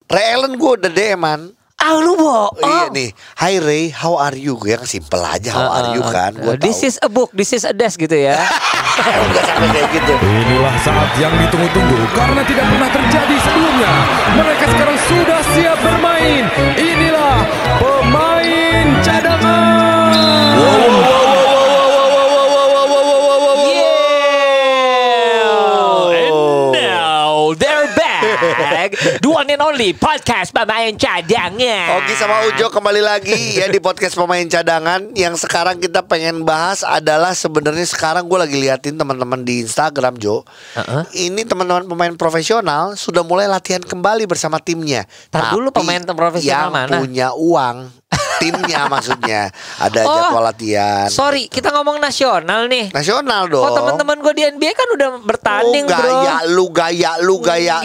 Ray Allen gue udah DM-an. Ah lu bohong. Iya nih, hi Ray, how are you? Gue yang simple aja, how are you kan? Gue This is a book, this is a desk gitu ya. Enggak sampai kayak gitu. Inilah saat yang ditunggu-tunggu karena tidak pernah terjadi sebelumnya. Mereka sekarang sudah siap bermain. Inilah pemain cadangan. And now they're back. The one and only podcast pemain cadangan. Ogi sama Ujo kembali lagi ya di podcast pemain cadangan. Yang sekarang kita pengen bahas adalah sebenarnya sekarang gue lagi liatin teman-teman di Instagram, Jo. Ini teman-teman pemain profesional sudah mulai latihan kembali bersama timnya. Tar dulu, pemain profesional yang mana? punya uang, timnya maksudnya ada jadwal latihan. Sorry, kita ngomong nasional nih. Nasional dong. Kok teman-teman gue di NBA kan udah bertanding, bro. Gaya lu.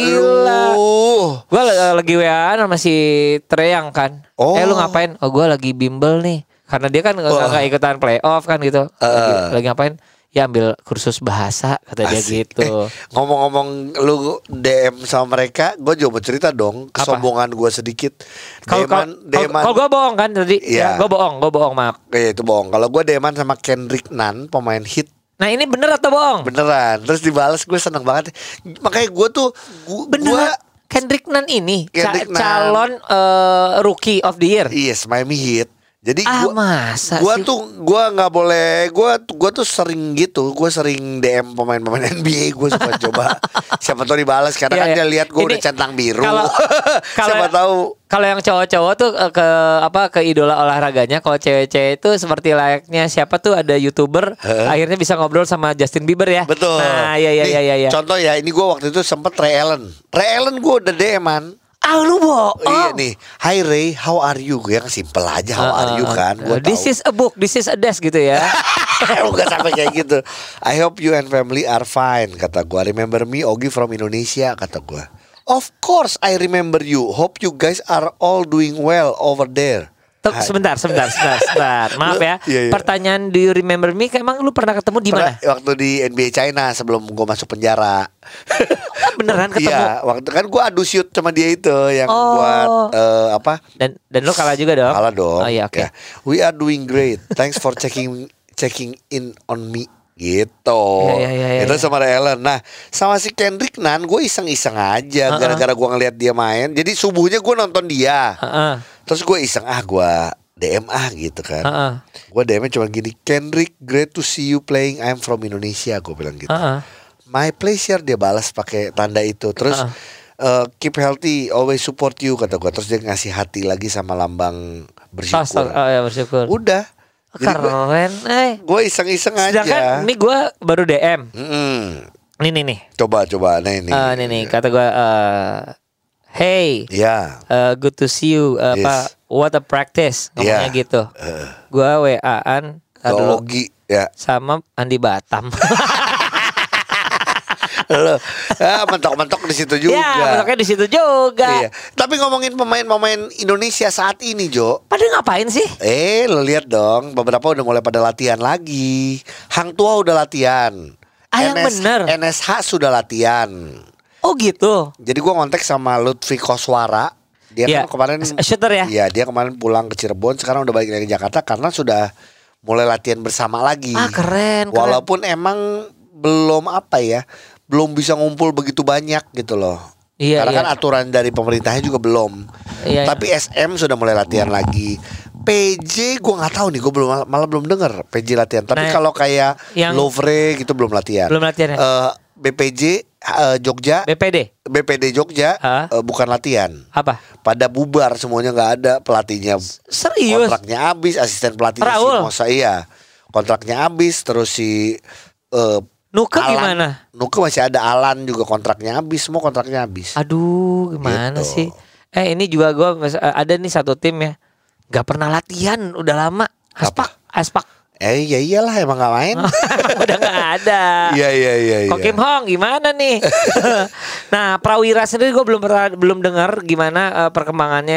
Gue lagi WA-an sama si Treyang kan. Oh. Lu ngapain? Oh, gue lagi bimbel nih. Karena dia kan gak ikutan playoff kan gitu. Lagi ngapain? Ya ambil kursus bahasa, kata dia gitu. Ngomong-ngomong lu DM sama mereka, gue coba cerita dong kesombongan gue sedikit. Kalau gue bohong kan tadi. Iya. Ya, gue bohong maaf. Itu bohong. Kalau gue DM sama Kendrick Nunn, pemain hit. Nah ini bener atau bohong? Beneran. Terus dibalas, gue seneng banget. Makanya gue tuh beneran. Kendrick Nunn ini Kendrick Nunn. calon rookie of the year. Yes, Miami Heat. Jadi masa gua sih? gue nggak boleh, gue tuh sering gitu, gue sering DM pemain-pemain NBA, gue suka coba siapa tahu dibalas karena kan dia lihat gue udah centang biru. Siapa tahu. Kalau yang cowok-cowok tuh ke idola olahraganya, kalau cewek-cewek itu seperti layaknya siapa tuh ada YouTuber akhirnya bisa ngobrol sama Justin Bieber ya. Betul. Nah, iya. Contoh ya, ini gue waktu itu sempet Ray Allen gue udah DM-an. Ah lu bohong. Iya nih, hi Ray, how are you? Gue yang simple aja, how are you kan? This is a book, this is a desk gitu ya. Enggak sampai kayak gitu. I hope you and family are fine, kata gue. Remember me, Ogi from Indonesia, kata gue. Of course I remember you. Hope you guys are all doing well over there. Sebentar. Maaf ya. Iya. Pertanyaan, do you remember me? Emang lu pernah ketemu di mana? Waktu di NBA China sebelum gue masuk penjara. Beneran ketemu? Iya, waktu kan gue adu shoot sama dia itu yang buat apa? Dan lu kalah juga dong? Kalah dong. Oh iya, oke. Ya. We are doing great. Thanks for checking in on me. Gitu. Iya. Itu sama Ray Allen. Nah, sama si Kendrick Nunn gue iseng-iseng aja gara-gara gue ngeliat dia main. Jadi subuhnya gue nonton dia. Terus gue iseng gue DM gitu kan. Gue DM cuma gini, Kendrick, great to see you playing. I'm from Indonesia, gue bilang gitu. My pleasure, dia balas pakai tanda itu. Terus keep healthy, always support you, kata gue. Terus dia ngasih hati lagi sama lambang bersyukur. Bersyukur. Udah. Keren. Gue iseng-iseng aja. Sedangkan ini gue baru DM. Nih. Coba. Nah ini. Nih kata gue. Hey, good to see you. Yes. What a practice, ngomongnya gitu. Gue WA-an Ogi ya sama Andi Batam. Lo mentok-mentok di situ juga. Ya, mentoknya di situ juga. Iya. Tapi ngomongin pemain Indonesia saat ini, Jo. Pada ngapain sih? Lo lihat dong, beberapa udah mulai pada latihan lagi. Hang Tua udah latihan. Yang bener. NSH sudah latihan. Oh gitu. Jadi gue ngontek sama Lutfi Koswara. Dia kan kemarin shooter ya? Iya, dia kemarin pulang ke Cirebon, sekarang udah balik lagi ke Jakarta karena sudah mulai latihan bersama lagi. Keren. Walaupun emang belum bisa ngumpul begitu banyak gitu loh. Iya, karena kan aturan dari pemerintahnya juga belum. Tapi SM sudah mulai latihan lagi. PJ gue nggak tahu nih, gue malah belum dengar PJ latihan. Tapi kalau kayak Louvre gitu belum latihan. Belum latihan ya? BPJ Jogja, BPD Jogja bukan latihan. Apa? Pada bubar semuanya, nggak ada pelatihnya. Serius? Kontraknya habis, asisten pelatihnya Raul. si Mosa kontraknya habis. Terus si Nuka gimana? Nuka masih ada, Alan juga kontraknya habis, semua kontraknya habis. Aduh, gimana gitu sih? Ini juga gue ada nih satu tim ya, nggak pernah latihan, udah lama. Aspak. Ya iyalah, emang gak main. Udah gak ada. Iya. Kok Kim Hong gimana nih? Nah, Prawira sendiri gue belum dengar gimana perkembangannya ya.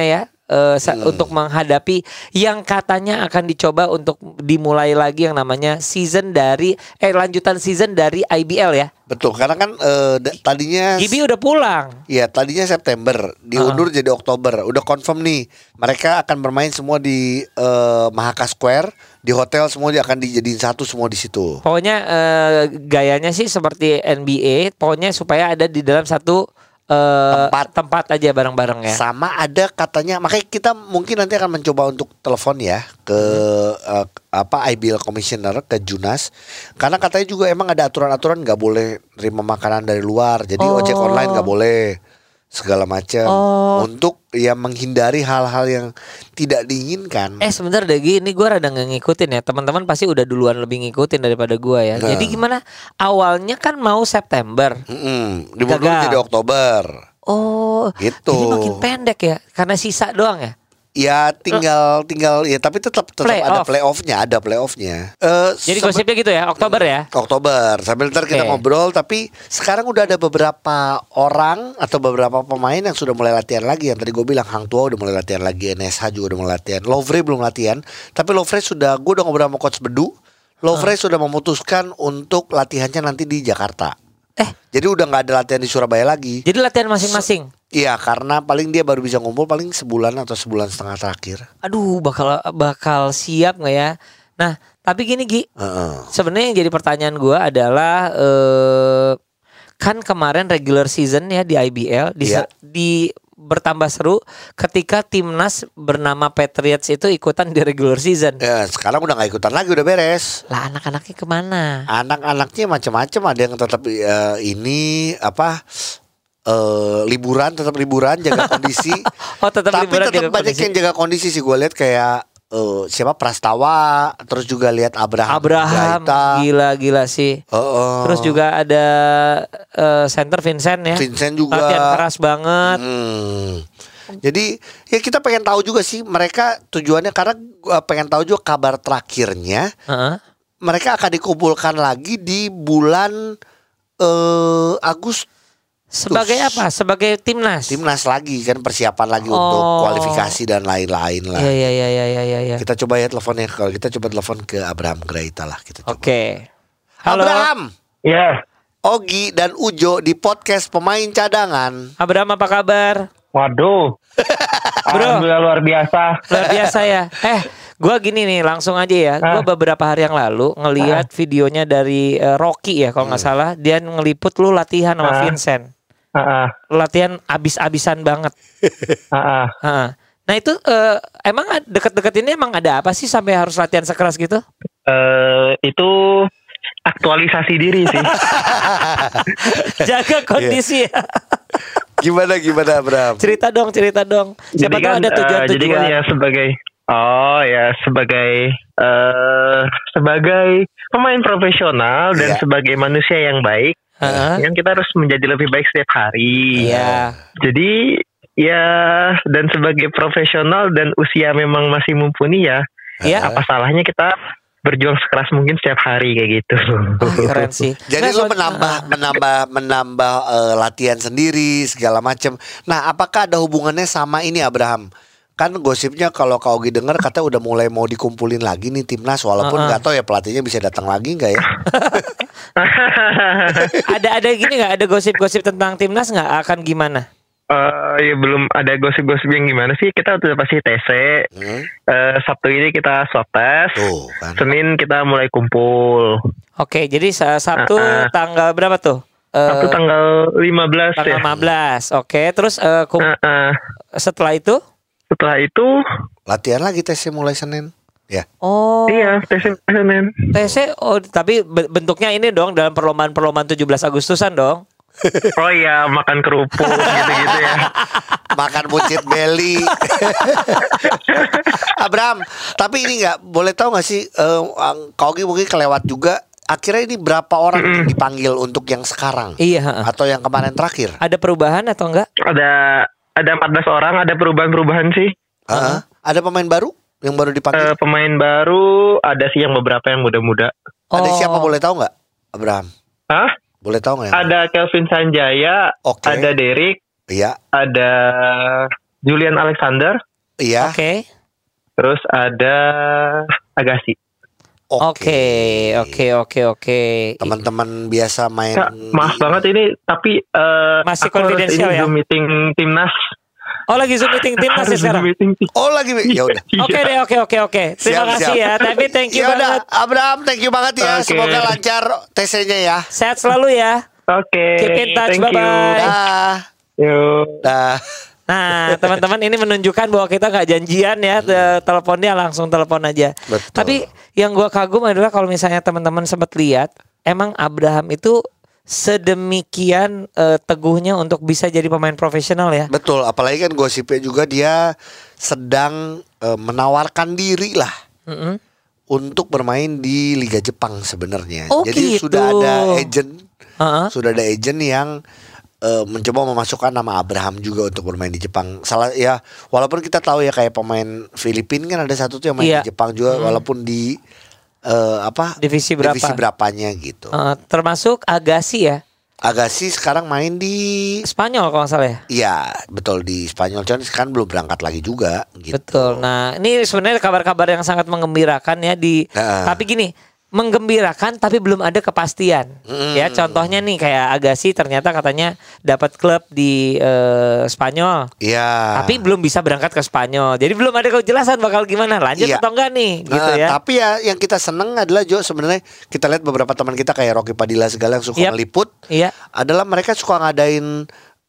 untuk menghadapi yang katanya akan dicoba untuk dimulai lagi yang namanya lanjutan season dari IBL ya. Betul, karena kan tadinya GB udah pulang. Iya, tadinya September, diundur jadi Oktober. Udah confirm nih, mereka akan bermain semua di Mahaka Square, di hotel semua akan dijadiin satu semua di situ. Pokoknya gayanya sih seperti NBA, pokoknya supaya ada di dalam satu tempat aja bareng-bareng ya. Sama ada katanya, makanya kita mungkin nanti akan mencoba untuk telepon ya ke IBL Commissioner, ke Junas, karena katanya juga emang ada aturan-aturan nggak boleh terima makanan dari luar, jadi ojek online nggak boleh segala macam untuk ya menghindari hal-hal yang tidak diinginkan. Sebentar deh, ini gue rada nggak ngikutin ya. Teman-teman pasti udah duluan lebih ngikutin daripada gue ya. Nah. Jadi gimana? Awalnya kan mau September, dimundur jadi Oktober. Gitu. Jadi makin pendek ya, karena sisa doang ya. Ya tinggal ya, tapi tetap ada playoffnya. Jadi gosipnya gitu ya, Oktober ya. Oktober. Sambil ntar kita ngobrol. Tapi sekarang udah ada beberapa orang atau beberapa pemain yang sudah mulai latihan lagi. Yang tadi gue bilang Hang Tuah udah mulai latihan lagi, NSH juga udah mulai latihan. Lovre belum latihan. Tapi Lovre gue udah ngobrol sama Coach Bedu. Lovre sudah memutuskan untuk latihannya nanti di Jakarta. Jadi udah nggak ada latihan di Surabaya lagi. Jadi latihan masing-masing. Iya, karena paling dia baru bisa ngumpul paling sebulan atau sebulan setengah terakhir. Aduh, bakal siap nggak ya? Nah, tapi gini Gi, sebenarnya yang jadi pertanyaan gue adalah kan kemarin regular season ya di IBL di bertambah seru ketika timnas bernama Patriots itu ikutan di regular season. Ya, sekarang udah nggak ikutan lagi, udah beres. Lah anak-anaknya kemana? Anak-anaknya macam-macam, ada yang tetap liburan, tetap liburan, jaga kondisi. Tapi tetap banyak yang jaga kondisi sih, gue lihat kayak siapa Prastawa, terus juga lihat Abraham gila sih. Terus juga ada center Vincent ya. Vincent juga latihan keras banget. Jadi ya kita pengen tahu juga sih mereka tujuannya, karena pengen tahu juga kabar terakhirnya. Mereka akan dikumpulkan lagi di bulan Agustus. Sebagai apa? Sebagai timnas. Timnas lagi kan, persiapan lagi untuk kualifikasi dan lain-lain lah. Iya. Kita coba ya teleponnya. Kalau kita coba telepon ke Abraham Graita lah, kita coba. Oke. Halo. Abraham. Iya. Ogi dan Ujo di podcast Pemain Cadangan. Abraham, apa kabar? Waduh. Alhamdulillah luar biasa. Luar biasa ya. Gue gini nih, langsung aja ya. Gue beberapa hari yang lalu ngelihat videonya dari Rocky ya kalau nggak salah. Dia ngeliput lu latihan sama Vincent. Latihan abis-abisan banget. Nah itu emang deket-deket ini emang ada apa sih sampai harus latihan sekeras gitu? Itu aktualisasi diri sih. Jaga kondisi ya. Gimana Abraham? Cerita dong. Siapa tahu ada tujuan-tujuan. Jadi kan ya sebagai pemain profesional dan sebagai manusia yang baik, kan kita harus menjadi lebih baik setiap hari. Jadi ya, dan sebagai profesional dan usia memang masih mumpuni ya. Apa salahnya kita berjuang sekeras mungkin setiap hari kayak gitu. Keren sih. Jadi lo menambah latihan sendiri segala macam. Nah, apakah ada hubungannya sama ini Abraham? Kan gosipnya kalau Kak Ogi dengar katanya udah mulai mau dikumpulin lagi nih timnas, walaupun nggak tahu ya pelatihnya bisa datang lagi nggak ya? Ada gini nggak? Ada gosip-gosip tentang timnas nggak? Akan gimana? Ya belum ada gosip-gosip yang gimana sih. Kita udah pasti TC. Sabtu ini kita swab test. Kan. Senin kita mulai kumpul. Oke, jadi Sabtu tanggal berapa tuh? Sabtu tanggal 15 tanggal 15. Oke, terus setelah itu? Setelah itu latihan lagi, TC mulai Senin. Ya. Iya, TC Senin. TC tapi bentuknya ini dong dalam perlombaan 17 Agustusan dong. Oh iya, makan kerupuk gitu-gitu ya. Makan buncit belly. Abraham, tapi ini nggak boleh tahu nggak sih, Kak Ogi mungkin kelewat juga. Akhirnya ini berapa orang dipanggil untuk yang sekarang? Iya. Atau yang kemarin terakhir? Ada perubahan atau enggak? Ada 14 orang, ada perubahan sih. Ada pemain baru yang baru dipanggil? Pemain baru ada sih, yang beberapa yang muda-muda. Ada siapa, boleh tahu nggak, Abraham? Boleh tahu nggak? Ada Kelvin Sanjaya, ada Derek, ada Julian Alexander, Iya. Oke. Terus ada Agassi. Oke. Teman-teman biasa main. Ya, maaf banget ini, tapi masih confidential ya. Zoom meeting timnas. Oh, lagi Zoom meeting timnas ya sekarang. Oh, lagi. Ya udah. Oke. Terima kasih ya. Tapi thank you banget. Abraham, thank you banget ya. Semoga lancar TC-nya ya. Sehat selalu ya. Oke. Keep in touch. Bye Bye. Dah. Nah, teman-teman, ini menunjukkan bahwa kita nggak janjian ya, teleponnya langsung telepon aja. Betul. Tapi yang gua kagum adalah kalau misalnya teman-teman sempat lihat, emang Abraham itu sedemikian teguhnya untuk bisa jadi pemain profesional ya. Betul, apalagi kan gosipnya juga dia sedang menawarkan diri lah untuk bermain di Liga Jepang sebenarnya. Oh, jadi gitu. sudah ada agent yang mencoba memasukkan nama Abraham juga untuk bermain di Jepang. Walaupun kita tahu ya kayak pemain Filipina kan ada satu tuh yang main di Jepang juga, walaupun di divisi berapanya gitu. Termasuk Agassi ya. Agassi sekarang main di Spanyol kalau nggak salah ya. Iya, betul, di Spanyol. Cuman sekarang belum berangkat lagi juga gitu. Betul. Nah, ini sebenarnya kabar-kabar yang sangat menggembirakan ya tapi gini, menggembirakan tapi belum ada kepastian. Ya, contohnya nih kayak Agassi ternyata katanya dapat klub di Spanyol. Iya. Tapi belum bisa berangkat ke Spanyol. Jadi belum ada kejelasan bakal gimana, lanjut atau enggak nih gitu ya. Tapi ya yang kita seneng adalah Jo, sebenarnya kita lihat beberapa teman kita kayak Rocky Padilla segala yang suka ngeliput. Iya. Adalah mereka suka ngadain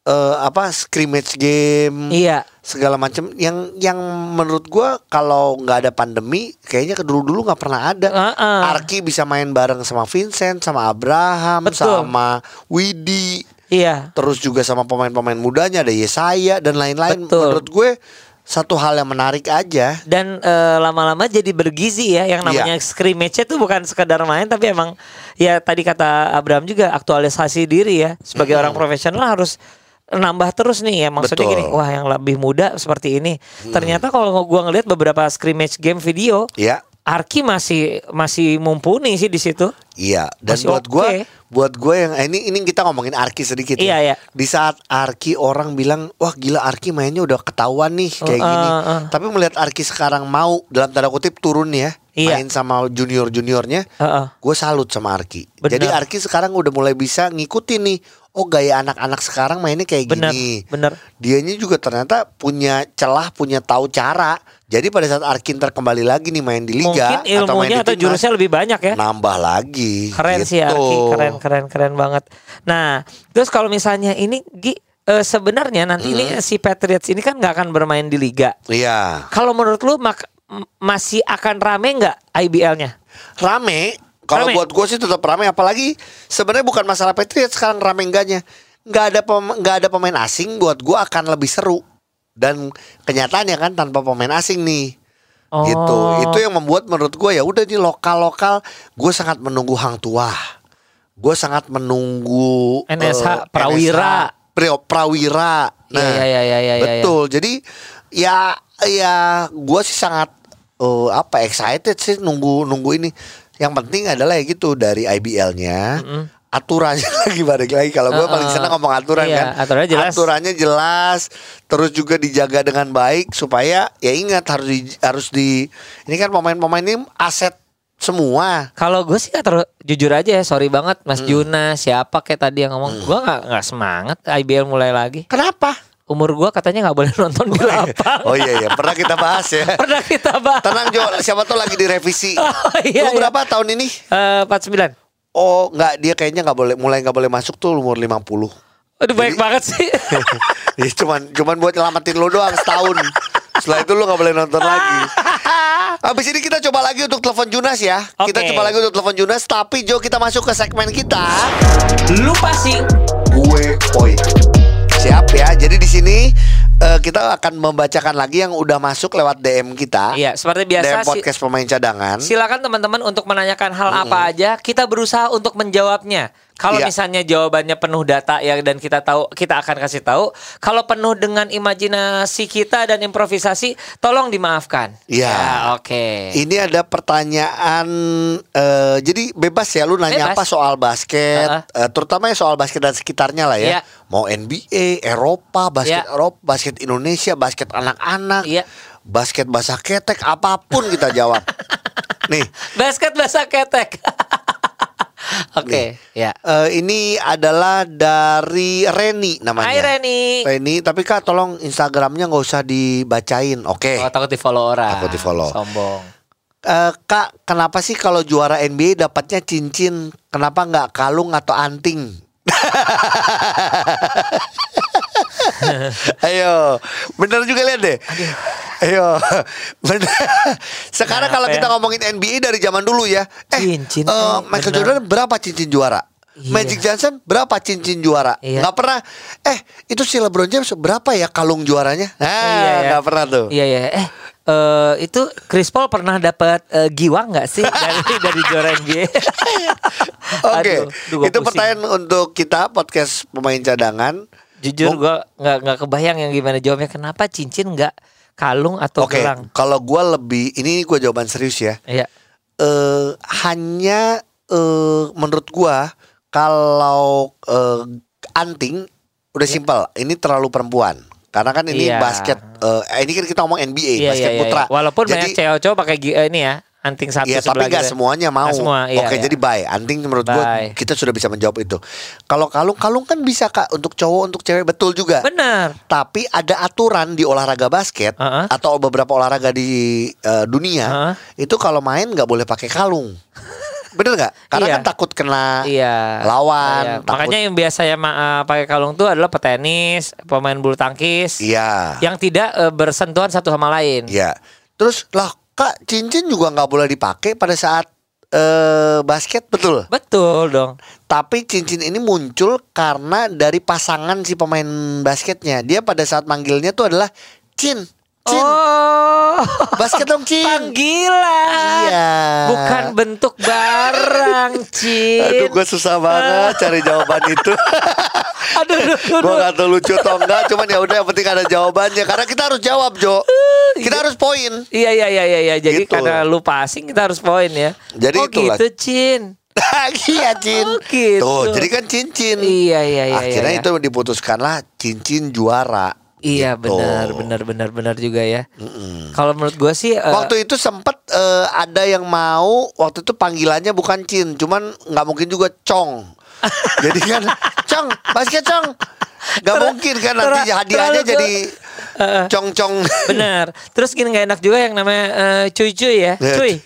scrimmage game, segala macam yang menurut gua kalau nggak ada pandemi kayaknya dulu nggak pernah ada. Arki bisa main bareng sama Vincent, sama Abraham, sama Widi, terus juga sama pemain-pemain mudanya ada Yesaya dan lain-lain. Menurut gue satu hal yang menarik aja. Dan lama-lama jadi bergizi ya. Yang namanya scrimmage itu bukan sekedar main, tapi emang ya tadi kata Abraham juga aktualisasi diri ya. Sebagai orang profesional harus nambah terus nih ya. Maksudnya gini, wah yang lebih muda seperti ini. Ternyata kalau gua ngelihat beberapa scrimmage game video, Arki masih mumpuni sih di situ. Iya, dan masih buat gue yang ini kita ngomongin Arki sedikit ya. Di saat Arki orang bilang, wah gila Arki mainnya udah ketahuan nih kayak gini. Tapi melihat Arki sekarang mau dalam tanda kutip turun ya, main sama juniornya, gue salut sama Arki. Jadi Arki sekarang udah mulai bisa ngikutin nih. Oh gaya anak-anak sekarang mainnya kayak gini. Dianya juga ternyata punya celah, punya tahu cara. Jadi pada saat Arki kembali lagi nih main di liga, mungkin ilmunya atau jurusnya lebih banyak ya. Nambah lagi. Keren gitu. sih Arki, keren banget. Nah, terus kalau misalnya ini sebenarnya nanti ini si Patriots ini kan nggak akan bermain di liga. Iya. Kalau menurut lu masih akan rame nggak IBL-nya? Rame. Kalau buat gue sih tetap rame, apalagi sebenarnya bukan masalah Patriots sekarang rame enggaknya. Nggak ada pemain asing, buat gue akan lebih seru. Dan kenyataannya kan tanpa pemain asing nih. Gitu. Itu yang membuat menurut gue ya udah nih lokal gue sangat menunggu Hang Tuah. Gue sangat menunggu NSH Prawira. Prawira. Nah, betul. Jadi ya gue sih sangat excited sih nunggu ini. Yang penting adalah ya gitu dari IBL-nya aturannya lagi balik lagi. Kalau gue paling senang ngomong aturan kan. Aturannya jelas, terus juga dijaga dengan baik supaya ya ingat harus di ini kan pemain-pemain ini aset semua. Kalau gue sih jujur aja ya, sorry banget Mas Juna, siapa kayak tadi yang ngomong, gue nggak semangat IBL mulai lagi. Kenapa? Umur gue katanya nggak boleh nonton di lapang. Oh iya, pernah kita bahas ya. Pernah kita bahas. Tenang Jo, siapa tuh lagi direvisi. Lu berapa tahun ini? 49. Oh enggak, dia kayaknya nggak boleh masuk tuh umur 50. Aduh baik banget sih. Ya, cuman buat nyelamatin lu doang setahun. Setelah itu lu nggak boleh nonton lagi. Habis ini kita coba lagi untuk telepon Junas ya. Kita coba lagi untuk telepon Junas. Tapi Jo, kita masuk ke segmen kita. Lu passing, gue poin. Siap ya. Jadi di sini kita akan membacakan lagi yang udah masuk lewat DM kita. Iya, seperti biasa DM podcast pemain cadangan. Silakan teman-teman untuk menanyakan hal apa aja, kita berusaha untuk menjawabnya. Kalau misalnya jawabannya penuh data ya dan kita akan kasih tahu. Kalau penuh dengan imajinasi kita dan improvisasi, tolong dimaafkan. Iya. Ya, oke. Ini ada pertanyaan, jadi bebas ya lu nanya apa soal basket, terutama soal basket dan sekitarnya lah ya. Mau NBA, Eropa, basket Eropa, basket Indonesia, basket anak-anak, basket basah ketek, apapun kita jawab. Nih, basket basah ketek. Oke, ya. Ini adalah dari Reni namanya. Hai Reni. Reni, tapi Kak tolong Instagramnya nggak usah dibacain, oke? Oh, takut di follow orang. Takut di follow. Sombong. Kak, kenapa sih kalau juara NBA dapatnya cincin? Kenapa nggak kalung atau anting? Ayo, bener juga lihat deh. Ayo, bener. Sekarang kalau kita ngomongin NBA dari zaman dulu ya, cincin, Michael Jordan berapa cincin juara? Magic Johnson berapa cincin juara? Nggak pernah. Itu si LeBron James berapa ya kalung juaranya? Nggak pernah tuh. Iya. Itu Chris Paul pernah dapat giwang nggak sih dari juara NBA? Oke, itu pertanyaan untuk kita podcast pemain cadangan. Jujur gue nggak kebayang yang gimana jawabnya. Kenapa cincin nggak kalung atau gelang? Kalau gue lebih, ini gue jawaban serius ya. Iya. Hanya menurut gue kalau anting udah simpel. Ini terlalu perempuan. Karena kan ini basket. Ini kan kita ngomong NBA, basket putra. Walaupun banyak cewek-cewok pakai ini ya. Anting satu tapi gak semuanya mau. Jadi bye. Anting menurut gue kita sudah bisa menjawab itu. Kalau kalung kan bisa Kak untuk cowok untuk cewek, betul juga. Benar. Tapi ada aturan di olahraga basket atau beberapa olahraga di dunia itu kalau main nggak boleh pakai kalung. Bener nggak? Karena kan takut kena lawan. Makanya yang biasanya pakai kalung tuh adalah petenis, pemain bulu tangkis. Yang tidak bersentuhan satu sama lain. Terus lah Kak, cincin juga nggak boleh dipakai pada saat basket, betul? Betul dong. Tapi cincin ini muncul karena dari pasangan si pemain basketnya. Dia pada saat manggilnya tuh adalah Cin. Basket dong Cin. Panggilan. Bukan bentuk barang Cin. Aduh, gue susah banget cari jawaban itu. Aduh. Gue gak tahu lucu atau enggak. Cuman ya udah, yang penting ada jawabannya. Karena kita harus jawab, Jo. Kita harus poin. Iya. Jadi gitu. Karena lu passing kita harus poin ya. Jadi itulah. Gitu Cin. Iya Cin. Gitu. Tuh, jadi kan cincin. Iya. Akhirnya itu diputuskanlah cincin juara. Iya gitu. benar juga ya. Kalau menurut gue sih waktu itu sempat ada yang mau, waktu itu panggilannya bukan Cin, cuman nggak mungkin juga Cong. Jadi kan Cong, basket Cong. Gak mungkin kan nanti hadiahnya jadi cong-cong. Benar. Terus gini gak enak juga yang namanya cuy-cuy ya. Cuy.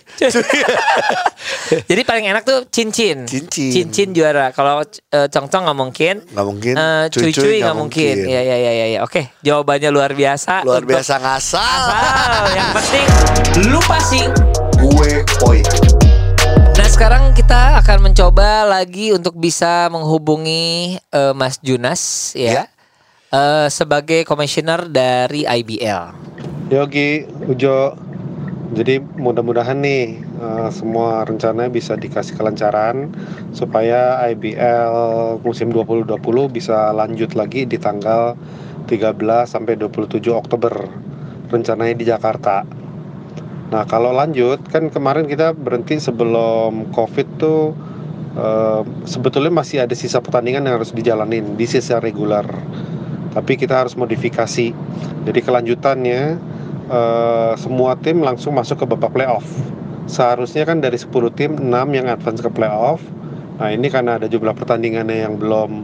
Jadi paling enak tuh cincin juara. Kalau cong-cong gak mungkin. Cuy-cuy gak mungkin. Iya. Oke, jawabannya luar biasa. Luar biasa ngasal. Yang penting lu passing, gue poin. Nah sekarang kita akan mencoba lagi untuk bisa menghubungi Mas Junas ya. Sebagai komisioner dari IBL. Yogi, Ujo. Jadi mudah-mudahan nih semua rencananya bisa dikasih kelancaran supaya IBL musim 2020 bisa lanjut lagi di tanggal 13 sampai 27 Oktober rencananya di Jakarta. Nah kalau lanjut, kan kemarin kita berhenti sebelum COVID tuh sebetulnya masih ada sisa pertandingan yang harus dijalanin di sisa regular. Tapi kita harus modifikasi. Jadi kelanjutannya semua tim langsung masuk ke babak playoff. Seharusnya kan dari 10 tim 6 yang advance ke playoff. Nah ini karena ada jumlah pertandingannya yang belum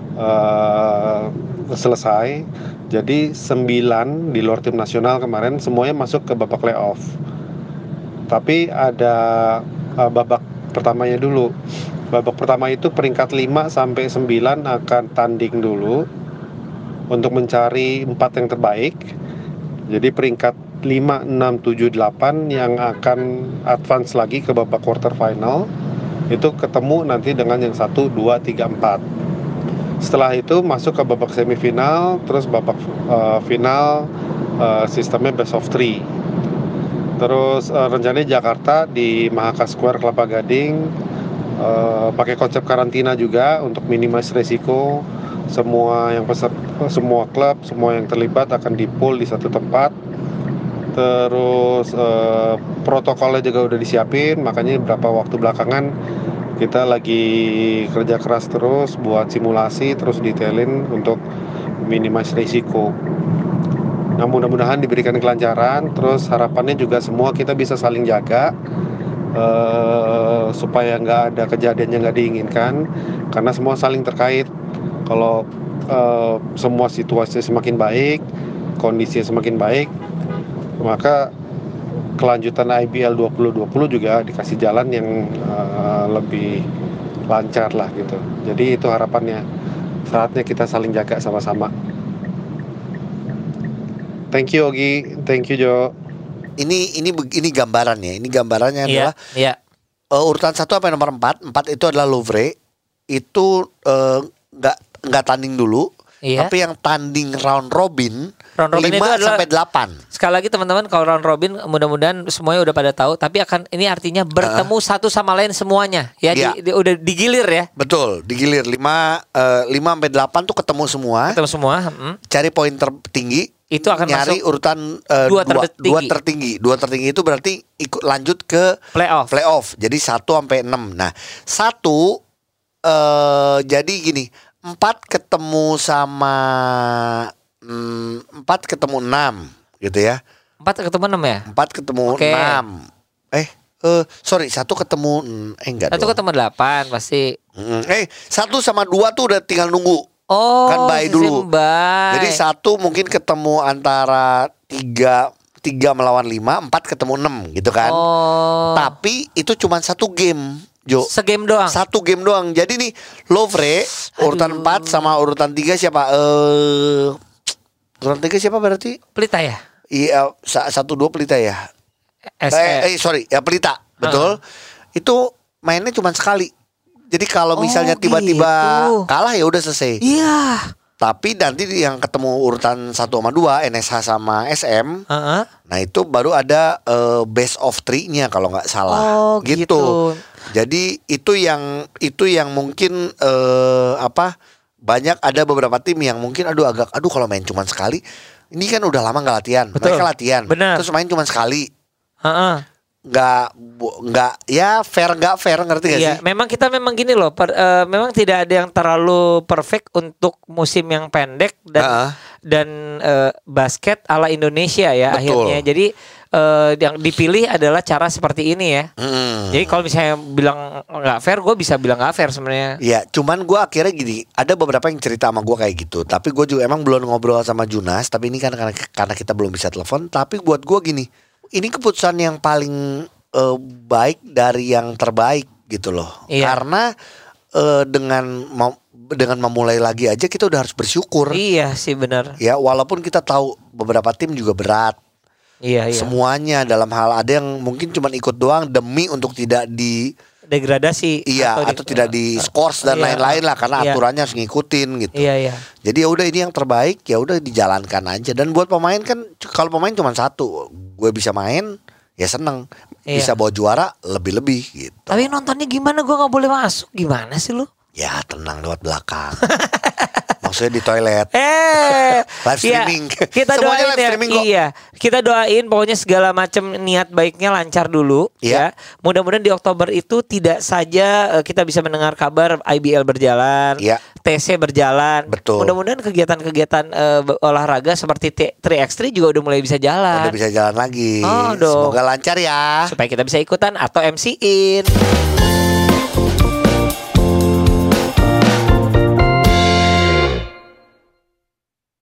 selesai. Jadi 9 di luar tim nasional kemarin semuanya masuk ke babak playoff. Tapi ada babak pertamanya dulu. Babak pertama itu peringkat 5 sampai 9 akan tanding dulu untuk mencari 4 yang terbaik. Jadi peringkat 5, 6, 7, 8 yang akan advance lagi ke babak quarter final itu ketemu nanti dengan yang 1, 2, 3, 4. Setelah itu masuk ke babak semifinal, terus babak final sistemnya best of 3. Terus rencananya Jakarta di Mahaka Square Kelapa Gading pakai konsep karantina juga untuk minimize resiko. Semua klub, semua yang terlibat akan di-pool di satu tempat. Terus protokolnya juga udah disiapin, makanya beberapa waktu belakangan kita lagi kerja keras terus buat simulasi, terus detailin untuk minimize risiko. Nah, mudah-mudahan diberikan kelancaran. Terus harapannya juga semua kita bisa saling jaga supaya nggak ada kejadian yang nggak diinginkan, karena semua saling terkait. Kalau semua situasi semakin baik, kondisi semakin baik, maka kelanjutan IBL 2020 juga dikasih jalan yang lebih lancar lah gitu. Jadi itu harapannya. Saatnya kita saling jaga sama-sama. Thank you Ogi, thank you Jo. Ini gambarannya. Ini gambarannya adalah urutan 1 sampai nomor 4. 4 itu adalah Louvre. Itu nggak tanding dulu. Tapi yang tanding round robin 5 sampai 8. Sekali lagi teman-teman, kalau round robin mudah-mudahan semuanya udah pada tahu, tapi ini artinya bertemu satu sama lain semuanya ya. Udah digilir ya. Betul, digilir 5 sampai 8 tuh ketemu semua. Cari poin tertinggi. Itu akan nyari masuk urutan 2 tertinggi. 2 tertinggi itu berarti lanjut ke playoff. Jadi 1 sampai 6. Nah, 1 jadi gini, 4 ketemu sama 4 ketemu 6 gitu ya. 4 ketemu 6 ya? 4 ketemu 6. Sorry, 1 ketemu enggak 1 ketemu 8 pasti. 1 sama 2 tuh udah tinggal nunggu. Kan bye dulu. Jadi 1 mungkin ketemu antara 3 melawan 5, 4 ketemu 6 gitu kan. Tapi itu cuma 1 game. Jo. Segame doang. 1 game doang. Jadi nih Louvre urutan 4 sama urutan 3 siapa? Urutan 3 siapa berarti? Pelita ya? Iya, 1-2 Pelita ya. Sorry, ya Pelita. Betul. Itu mainnya cuma sekali. Jadi kalau misalnya tiba-tiba kalah ya udah selesai. Iya. Tapi nanti yang ketemu urutan 1 sama 2 NSH sama SM. Nah itu baru ada best of 3-nya kalau nggak salah. Gitu. Jadi itu yang mungkin banyak ada beberapa tim yang mungkin aduh kalau main cuma sekali. Ini kan udah lama nggak latihan. Betul. Mereka latihan. Bener. Terus main cuma sekali. Nggak ya fair ngerti gak sih? Memang kita gini loh, memang tidak ada yang terlalu perfect untuk musim yang pendek dan basket ala Indonesia ya. Betul. Akhirnya. Jadi yang dipilih adalah cara seperti ini ya. Jadi kalau misalnya bilang nggak fair, gue bisa bilang nggak fair sebenarnya. Iya, cuman gue akhirnya gini, ada beberapa yang cerita sama gue kayak gitu. Tapi gue juga emang belum ngobrol sama Junas. Tapi ini kan karena kita belum bisa telepon. Tapi buat gue gini, ini keputusan yang paling baik dari yang terbaik gitu loh. Karena dengan memulai lagi aja kita udah harus bersyukur. Iya sih benar. Ya walaupun kita tahu beberapa tim juga berat. Iya. Semuanya dalam hal ada yang mungkin cuma ikut doang demi untuk tidak degradasi. Iya, atau tidak di scores dan lain-lain lah karena aturannya harus ngikutin gitu. Iya. Jadi ya udah ini yang terbaik, ya udah dijalankan aja. Dan buat pemain kan kalau pemain cuma 1, gue bisa main ya seneng. Bisa bawa juara lebih-lebih gitu. Tapi nontonnya gimana? Gue nggak boleh masuk. Gimana sih lu? Ya tenang lewat belakang. Maksudnya di toilet. Live streaming. Kita doain live streaming kok. Iya. Kita doain pokoknya segala macam niat baiknya lancar dulu ya. Mudah-mudahan di Oktober itu tidak saja kita bisa mendengar kabar IBL berjalan, TC berjalan. Betul. Mudah-mudahan kegiatan-kegiatan olahraga seperti 3x3 juga udah mulai bisa jalan. Udah bisa jalan lagi. Semoga lancar ya. Supaya kita bisa ikutan atau MC-in.